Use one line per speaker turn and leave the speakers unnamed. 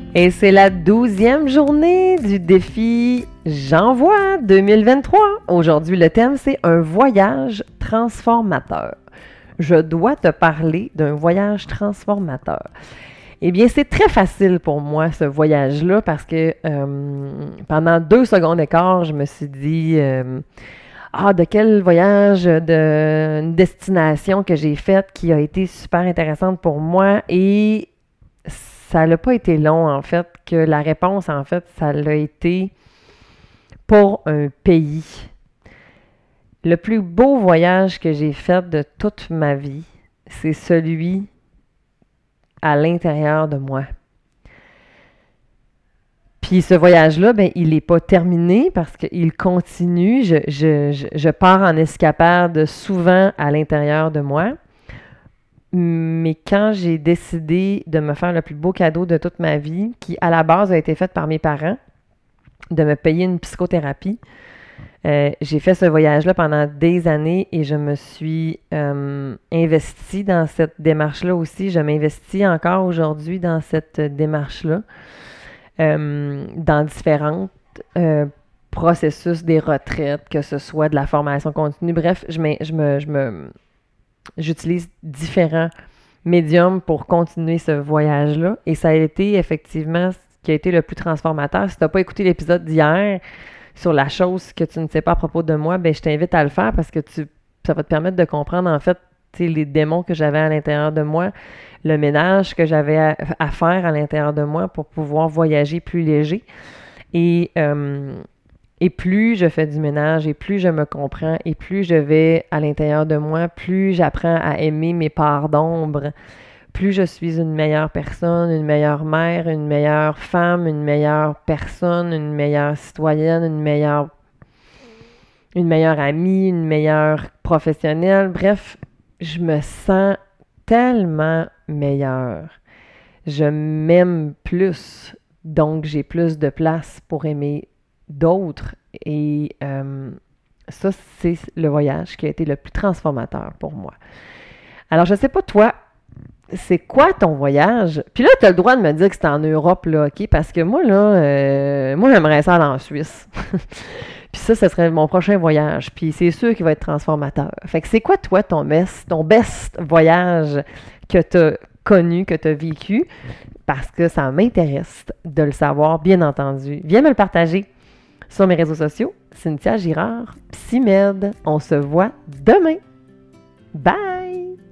Et c'est la 12e journée du défi J'envoie 2023. Aujourd'hui, le thème, c'est un voyage transformateur. Je dois te parler d'un voyage transformateur. Eh bien, c'est très facile pour moi, ce voyage-là, parce que pendant 2 secondes et quart, je me suis dit de quel voyage, d'une destination que j'ai faite qui a été super intéressante pour moi. Et ça n'a pas été long, en fait, que la réponse, en fait, ça l'a été pour un pays. Le plus beau voyage que j'ai fait de toute ma vie, c'est celui à l'intérieur de moi. Puis ce voyage-là, ben, il n'est pas terminé parce qu'il continue. Je pars en escapade souvent à l'intérieur de moi. Mais quand j'ai décidé de me faire le plus beau cadeau de toute ma vie, qui à la base a été fait par mes parents, de me payer une psychothérapie, j'ai fait ce voyage-là pendant des années et je me suis investie dans cette démarche-là aussi. Je m'investis encore aujourd'hui dans cette démarche-là, dans différents processus des retraites, que ce soit de la formation continue. Bref, j'utilise différents médiums pour continuer ce voyage-là. Et ça a été effectivement ce qui a été le plus transformateur. Si tu n'as pas écouté l'épisode d'hier sur la chose que tu ne sais pas à propos de moi, ben je t'invite à le faire parce que ça va te permettre de comprendre en fait les démons que j'avais à l'intérieur de moi, le ménage que j'avais à faire à l'intérieur de moi pour pouvoir voyager plus léger. Et plus je fais du ménage, et plus je me comprends, et plus je vais à l'intérieur de moi, plus j'apprends à aimer mes parts d'ombre, plus je suis une meilleure personne, une meilleure mère, une meilleure femme, une meilleure personne, une meilleure citoyenne, une meilleure amie, une meilleure professionnelle. Bref, je me sens tellement meilleure. Je m'aime plus, donc j'ai plus de place pour aimer d'autres. Et ça, c'est le voyage qui a été le plus transformateur pour moi. Alors, je sais pas, toi, c'est quoi ton voyage? Puis là, tu as le droit de me dire que c'est en Europe, là, OK? Parce que moi, là, moi, j'aimerais ça aller en Suisse. Puis ça, ce serait mon prochain voyage. Puis c'est sûr qu'il va être transformateur. Fait que c'est quoi, toi, ton best voyage que tu as connu, que tu as vécu? Parce que ça m'intéresse de le savoir, bien entendu. Viens me le partager sur mes réseaux sociaux. Cynthia Girard, PsyMed. On se voit demain. Bye!